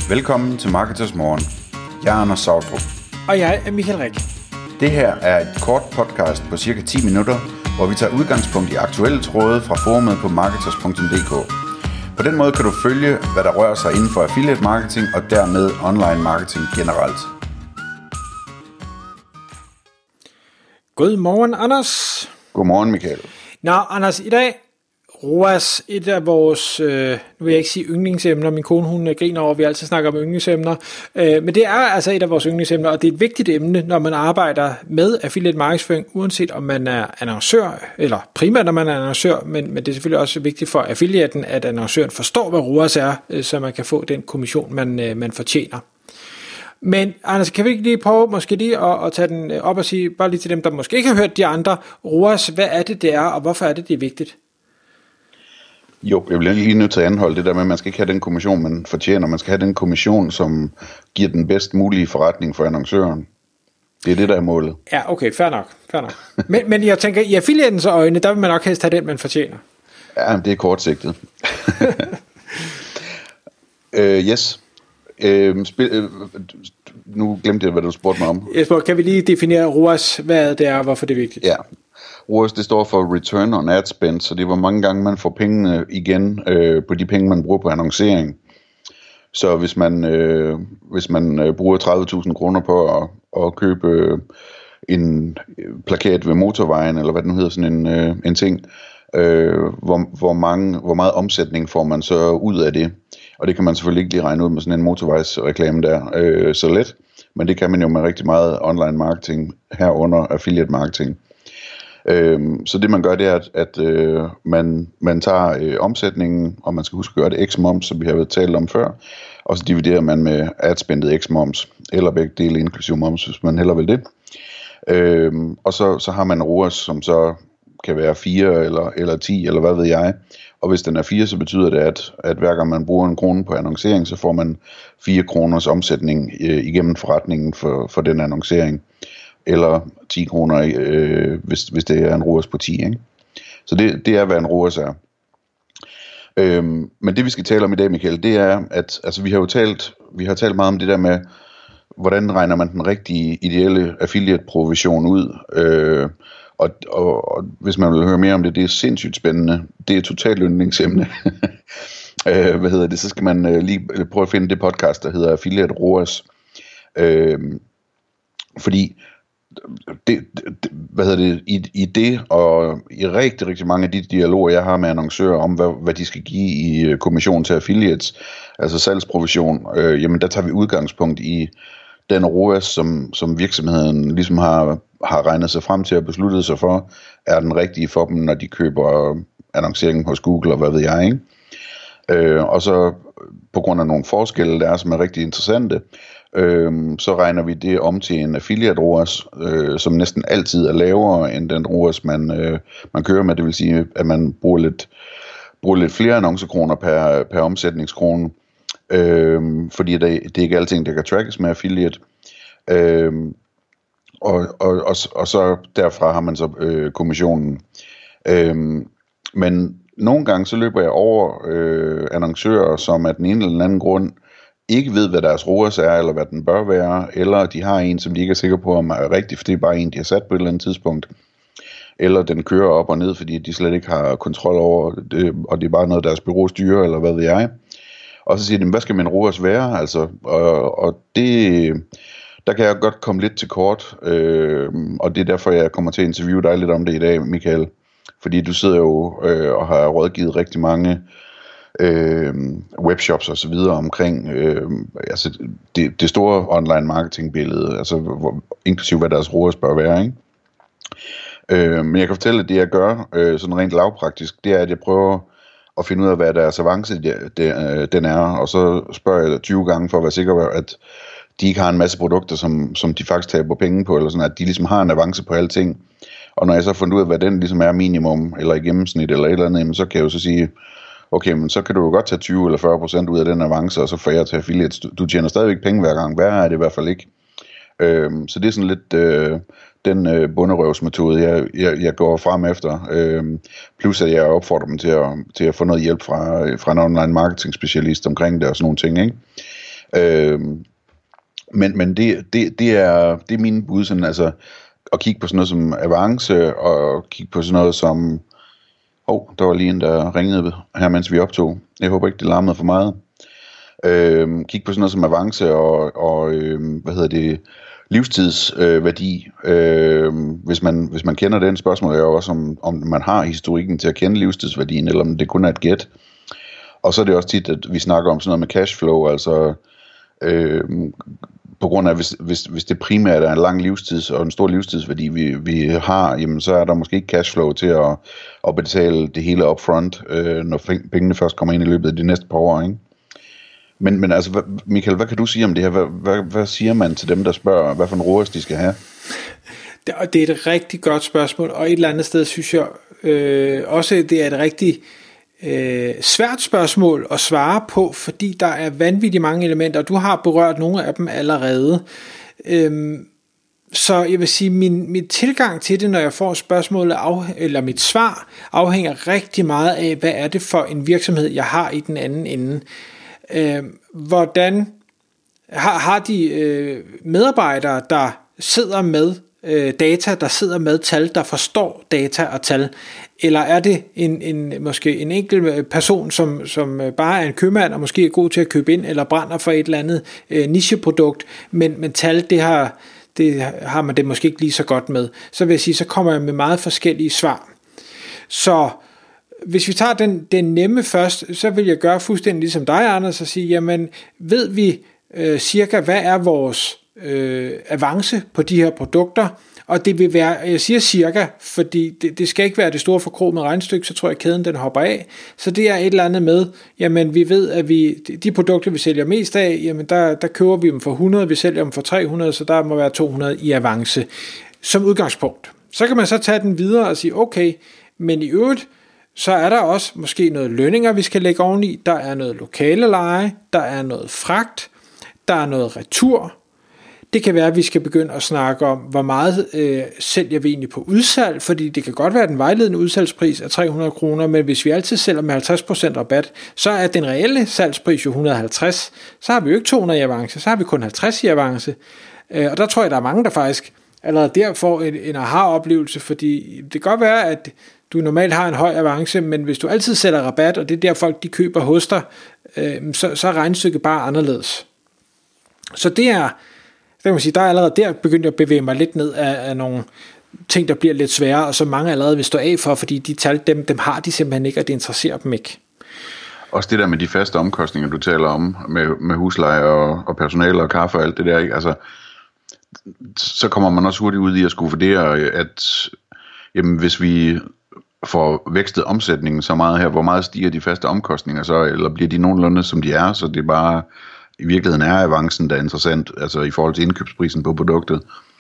Velkommen til Marketers Morgen. Jeg er Anders Sautrup. Og jeg er Michael Rik. Det her er et kort podcast på cirka 10 minutter, hvor vi tager udgangspunkt i aktuelle tråde fra forumet på marketers.dk. På den måde kan du følge, hvad der rører sig inden for affiliate marketing og dermed online marketing generelt. Godmorgen, Anders. Godmorgen, Michael. Nå, Anders, i dag ROAS, et af vores, nu vil jeg ikke sige yndlingsemner, min kone hun griner over, at vi altid snakker om yndlingsemner, men det er altså et af vores yndlingsemner, og det er et vigtigt emne, når man arbejder med affiliate markedsføring, uanset om man er annoncør, eller primært når man er annoncør, men det er selvfølgelig også vigtigt for affiliaten, at annoncøren forstår, hvad ROAS er, så man kan få den kommission, man fortjener. Men Anders, kan vi ikke lige prøve måske lige at tage den op og sige, bare lige til dem, der måske ikke har hørt de andre, ROAS, hvad er det er, og hvorfor er det er vigtigt? Jo, jeg bliver lige nødt til at anholde det der med, at man skal ikke have den kommission, man fortjener. Man skal have den kommission, som giver den bedst mulige forretning for annoncøren. Det er det, der er målet. Ja, okay, fair nok. Men jeg tænker, i affiliatens øjne, der vil man nok helst have den, man fortjener. Ja, det er kortsigtet. Yes. Nu glemte jeg, hvad du spurgte mig om. Jeg spurgte, kan vi lige definere ROAS, hvad det er, og hvorfor det er vigtigt? Ja. ROAS, det står for Return on Ad Spend, så det er, hvor mange gange man får pengene igen på de penge, man bruger på annoncering. Så hvis man bruger 30.000 kroner på at købe en plakat ved motorvejen, eller hvad den hedder, sådan en ting, hvor meget omsætning får man så ud af det. Og det kan man selvfølgelig ikke lige regne ud med sådan en motorvejsreklame der så let, men det kan man jo med rigtig meget online marketing, herunder affiliate marketing. Så det man gør, det er, at man tager omsætningen, og man skal huske at gøre det x-moms, som vi har talt om før, og så dividerer man med adspendet x-moms, eller begge dele inklusive moms, hvis man hellere vil det. Og så har man ROAS, som så kan være 4 eller 10, eller hvad ved jeg. Og hvis den er 4, så betyder det, at hver gang man bruger 1 krone på annoncering, så får man 4 kroners omsætning igennem forretningen for den annoncering. Eller 10 kroner, hvis det er en ROAS på 10. Ikke? Så det er, hvad en ROAS er. Men det vi skal tale om i dag, Michael, det er, at altså, vi har talt meget om det der med, hvordan regner man den rigtige ideelle affiliate-provision ud. Og hvis man vil høre mere om det, det er sindssygt spændende. Det er totalt yndlingsemne. Så skal man lige prøve at finde det podcast, der hedder Affiliate ROAS. Fordi i det og i rigtig, rigtig mange af de dialoger, jeg har med annoncører om, hvad de skal give i kommission til affiliates, altså salgsprovision, jamen der tager vi udgangspunkt i den ROAS, som virksomheden ligesom har regnet sig frem til og besluttet sig for, er den rigtige for dem, når de køber annonceringen hos Google og hvad ved jeg, ikke? Og så på grund af nogle forskelle, der er, som er rigtig interessante, så regner vi det om til en affiliate ROAS, som næsten altid er lavere end den ROAS, man kører med. Det vil sige, at man bruger lidt flere annoncekroner per omsætningskrone, fordi det er ikke alting, der kan trackes med affiliate. Og så derfra har man så kommissionen. Men nogle gange så løber jeg over annoncører, som af den ene eller den anden grund ikke ved, hvad deres ROAS er, eller hvad den bør være, eller de har en, som de ikke er sikre på, om er rigtig, for det er bare en, de har sat på et eller andet tidspunkt, eller den kører op og ned, fordi de slet ikke har kontrol over det, og det er bare noget, deres bureau styrer, eller hvad ved jeg. Og så siger de, hvad skal min ROAS være? Altså, og det, der kan jeg godt komme lidt til kort, og det er derfor, jeg kommer til at interviewe dig lidt om det i dag, Michael, fordi du sidder jo og har rådgivet rigtig mange webshops og så videre omkring altså det store online marketing billede, altså inklusive hvad deres ROAS bør være, ikke? Men jeg kan fortælle, at det jeg gør sådan rent lavpraktisk, det er, at jeg prøver at finde ud af, hvad deres avance den er, og så spørger jeg 20 gange for at være sikker på, at de ikke har en masse produkter, som de faktisk taber penge på, eller sådan, at de ligesom har en avance på alting. Og når jeg så har fundet ud af, hvad den ligesom er minimum, eller i gennemsnit, eller et eller andet, så kan jeg jo så sige, okay, men så kan du jo godt tage 20 eller 40% ud af den avance, og så får jeg til affiliates. Du tjener stadigvæk penge hver gang. Værre er det i hvert fald ikke. Så det er sådan lidt den bunderøvsmetode, jeg går frem efter. Plus at jeg opfordrer dem til at få noget hjælp fra en online marketing specialist omkring det og sådan nogle ting, ikke? Men det er mine bud, sådan, altså at kigge på sådan noget som avance, og kigge på sådan noget som, der var lige en, der ringede her, mens vi optog. Jeg håber ikke, det larmede for meget. Kigge på sådan noget som avance og livstidsværdi. Hvis man kender den spørgsmål, er jo også om man har historikken til at kende livstidsværdien, eller om det kun er et gæt. Og så er det også tit, at vi snakker om sådan noget med cashflow, altså på grund af, hvis det primært er en lang livstids og en stor livstidsværdi, vi har, jamen så er der måske ikke cashflow til at betale det hele upfront, når pengene først kommer ind i løbet af de næste par år, ikke? Men altså, Michael, hvad kan du sige om det her? Hvad siger man til dem, der spørger, hvad for en ROAS de skal have? Det er et rigtig godt spørgsmål, og et eller andet sted synes jeg også, det er et rigtig svært spørgsmål at svare på, fordi der er vanvittigt mange elementer, og du har berørt nogle af dem allerede. Så jeg vil sige, min tilgang til det, når jeg får spørgsmålet, eller mit svar, afhænger rigtig meget af, hvad er det for en virksomhed, jeg har i den anden ende. Hvordan har de medarbejdere, der sidder med data, der sidder med tal, der forstår data og tal, eller er det måske en enkelt person, som bare er en købmand og måske er god til at købe ind eller brænder for et eller andet nicheprodukt, men tal, det har man det måske ikke lige så godt med. Så vil jeg sige, så kommer jeg med meget forskellige svar. Så hvis vi tager den nemme først, så vil jeg gøre fuldstændig ligesom dig, Anders, og sige, jamen ved vi cirka, hvad er vores avance på de her produkter, og det vil være, jeg siger cirka, fordi det skal ikke være det store forkromede regnestykke, så tror jeg kæden den hopper af, så det er et eller andet med, jamen vi ved, at de produkter vi sælger mest af, jamen der køber vi dem for 100, vi sælger dem for 300, så der må være 200 i avance, som udgangspunkt. Så kan man så tage den videre og sige, okay, men i øvrigt, så er der også måske noget lønninger, vi skal lægge oveni, der er noget lokaleleje, der er noget fragt, der er noget retur. Det kan være, at vi skal begynde at snakke om, hvor meget sælger vi egentlig på udsalg, fordi det kan godt være, at den vejledende udsalgspris er 300 kroner, men hvis vi altid sælger med 50% rabat, så er den reelle salgspris jo 150, så har vi jo ikke 200 i avance, så har vi kun 50 i avance, og der tror jeg, der er mange, der faktisk allerede der får en aha-oplevelse, fordi det kan godt være, at du normalt har en høj avance, men hvis du altid sælger rabat, og det er der folk de køber hos dig, så er regnestykket bare anderledes. Så det er, der kan man sige, der er allerede der begyndt at bevæge mig lidt ned af nogle ting, der bliver lidt sværere, og så mange allerede vil stå af for, fordi de tal, dem har de simpelthen ikke, og det interesserer dem ikke. Også det der med de faste omkostninger, du taler om, med husleje og personale og kaffe og alt det der, ikke? Altså, så kommer man også hurtigt ud i at skulle vurdere, at jamen, hvis vi får vækstet omsætningen så meget her, hvor meget stiger de faste omkostninger så, eller bliver de nogenlunde som de er, så det er bare, i virkeligheden er avancen der er interessant, altså i forhold til indkøbsprisen på produktet.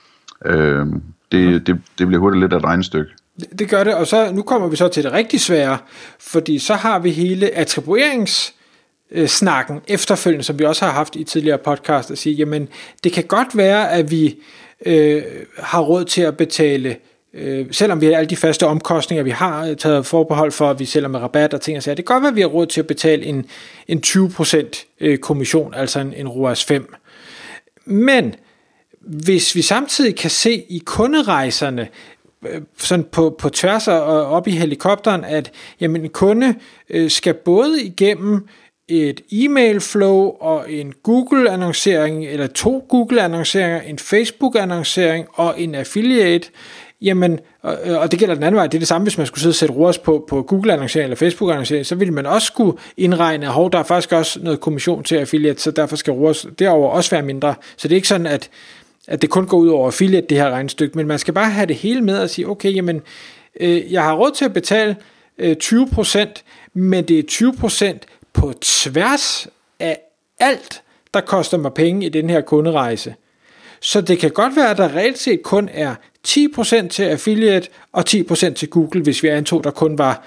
Det bliver hurtigt lidt af et regnestykke. Det gør det, og så nu kommer vi så til det rigtig svære, fordi så har vi hele attribueringssnakken efterfølgende, som vi også har haft i tidligere podcast, at sige, jamen det kan godt være, at vi har råd til at betale, selvom vi har alle de faste omkostninger, vi har taget forbehold for, at vi sælger med rabat og ting og sager, det kan godt være, at vi har råd til at betale en 20% kommission, altså en ROAS 5. Men hvis vi samtidig kan se i kunderejserne, sådan på tværs og op i helikopteren, at jamen, en kunde skal både igennem et e-mail-flow og en Google-annoncering, eller 2 Google-annonceringer, en Facebook-annoncering og en affiliate, jamen, og det gælder den anden vej, det er det samme, hvis man skulle sidde og sætte ROAS på Google-annoncering eller Facebook-annoncering, så ville man også skulle indregne, at der er faktisk også noget kommission til affiliate, så derfor skal ROAS derover også være mindre. Så det er ikke sådan, at det kun går ud over affiliate, det her regnestykke, men man skal bare have det hele med og sige, okay, jamen, jeg har råd til at betale 20%, men det er 20% på tværs af alt, der koster mig penge i den her kunderejse. Så det kan godt være, at der reelt set kun er 10% til affiliate og 10% til Google, hvis vi antog, der kun var,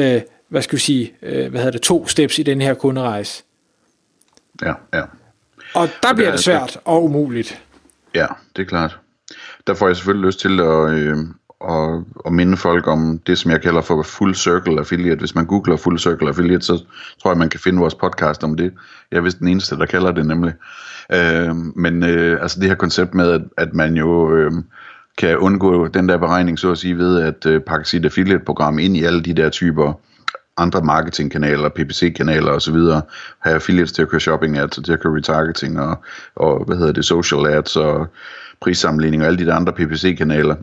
2 steps i den her kunderejse. Ja. Og der bliver det svært og umuligt. Ja, det er klart. Der får jeg selvfølgelig lyst til at minde folk om det, som jeg kalder for Full Circle Affiliate. Hvis man googler Full Circle Affiliate, så tror jeg, man kan finde vores podcast om det. Jeg er vist den eneste, der kalder det nemlig. Men altså det her koncept med, at man jo kan undgå den der beregning, så at sige, ved at pakke sit affiliate-program ind i alle de der typer andre marketingkanaler, PPC-kanaler osv., have affiliates til at køre shopping ads, og til at køre retargeting, og social ads, og prissammenligning, og alle de der andre PPC-kanaler.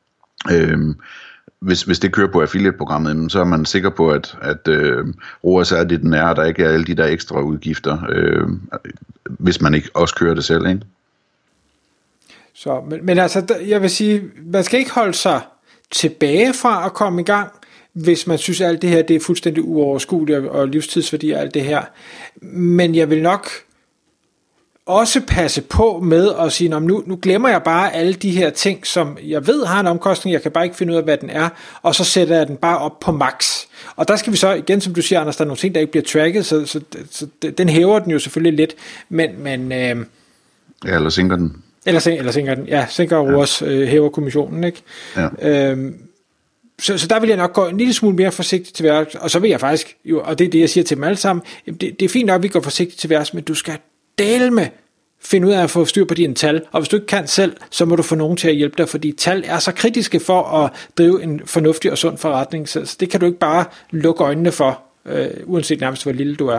Hvis det kører på affiliate-programmet, så er man sikker på, at ROAS er det, den er, og der ikke er alle de der ekstra udgifter, hvis man ikke også kører det selv, ikke? Så, men altså, jeg vil sige, man skal ikke holde sig tilbage fra at komme i gang, hvis man synes, at alt det her det er fuldstændig uoverskueligt og livstidsværdi og alt det her. Men jeg vil nok også passe på med at sige, nu glemmer jeg bare alle de her ting, som jeg ved har en omkostning, jeg kan bare ikke finde ud af, hvad den er, og så sætter jeg den bare op på max. Og der skal vi så, igen som du siger, Anders, der er nogle ting, der ikke bliver tracket, så den hæver den jo selvfølgelig lidt, men ja, eller sænker den. Eller sænker den, ja, sænker ROAS, hæver kommissionen, ikke? Ja. Så der vil jeg nok gå en lille smule mere forsigtigt til værks, og så vil jeg faktisk, jo, og det er det, jeg siger til dem alle sammen, det er fint nok, at vi går forsigtigt til værks, men du skal dele med finde ud af at få styr på dine tal, og hvis du ikke kan selv, så må du få nogen til at hjælpe dig, fordi tal er så kritiske for at drive en fornuftig og sund forretning, så det kan du ikke bare lukke øjnene for, uanset nærmest hvor lille du er.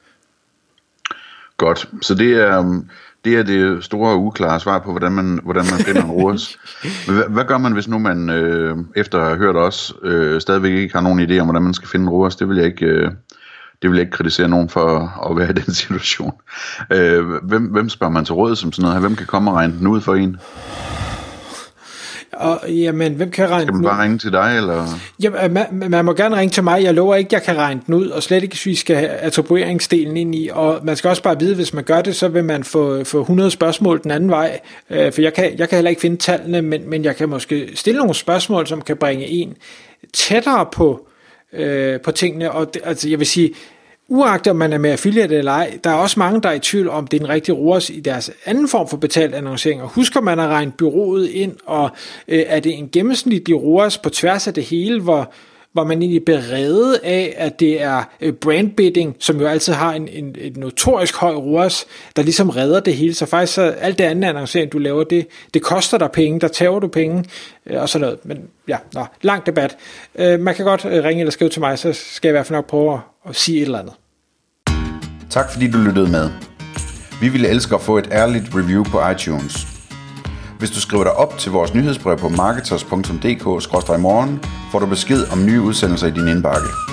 Godt, så det er det store og uklare svar på, hvordan man finder en ROAS. Hvad gør man, hvis nu man efter at have hørt os stadigvæk ikke har nogen idé om, hvordan man skal finde en ROAS? Det vil jeg ikke kritisere nogen for at være i den situation. Hvem spørger man til råd som sådan noget her? Hvem kan komme og regne den ud for en? Og jamen, hvem kan regne den ud? Skal man bare ringe til dig, eller? Jamen, man må gerne ringe til mig. Jeg lover ikke, jeg kan regne den ud, og slet ikke, hvis vi skal have attribueringsdelen ind i. Og man skal også bare vide, hvis man gør det, så vil man få 100 spørgsmål den anden vej. For jeg kan heller ikke finde tallene, men jeg kan måske stille nogle spørgsmål, som kan bringe en tættere på tingene. Og altså, jeg vil sige, uagtet om man er med affiliate eller ej, der er også mange, der er i tvivl om, det er en rigtig ROAS i deres anden form for betalt annoncering. Og husker man at regne bureauet ind, og er det en gennemsnitlig ROAS på tværs af det hele, hvor man egentlig beredet af, at det er brandbidding, som jo altid har en notorisk høj ROAS, der ligesom redder det hele. Så faktisk så alt det andet annoncering, du laver, det koster dig penge, der tager du penge, og sådan noget. Men ja, lang debat. Man kan godt ringe eller skrive til mig, så skal jeg i hvert fald nok prøve at sige et eller andet. Tak fordi du lyttede med. Vi ville elske at få et ærligt review på iTunes. Hvis du skriver dig op til vores nyhedsbrev på marketers.dk/morgen, får du besked om nye udsendelser i din indbakke.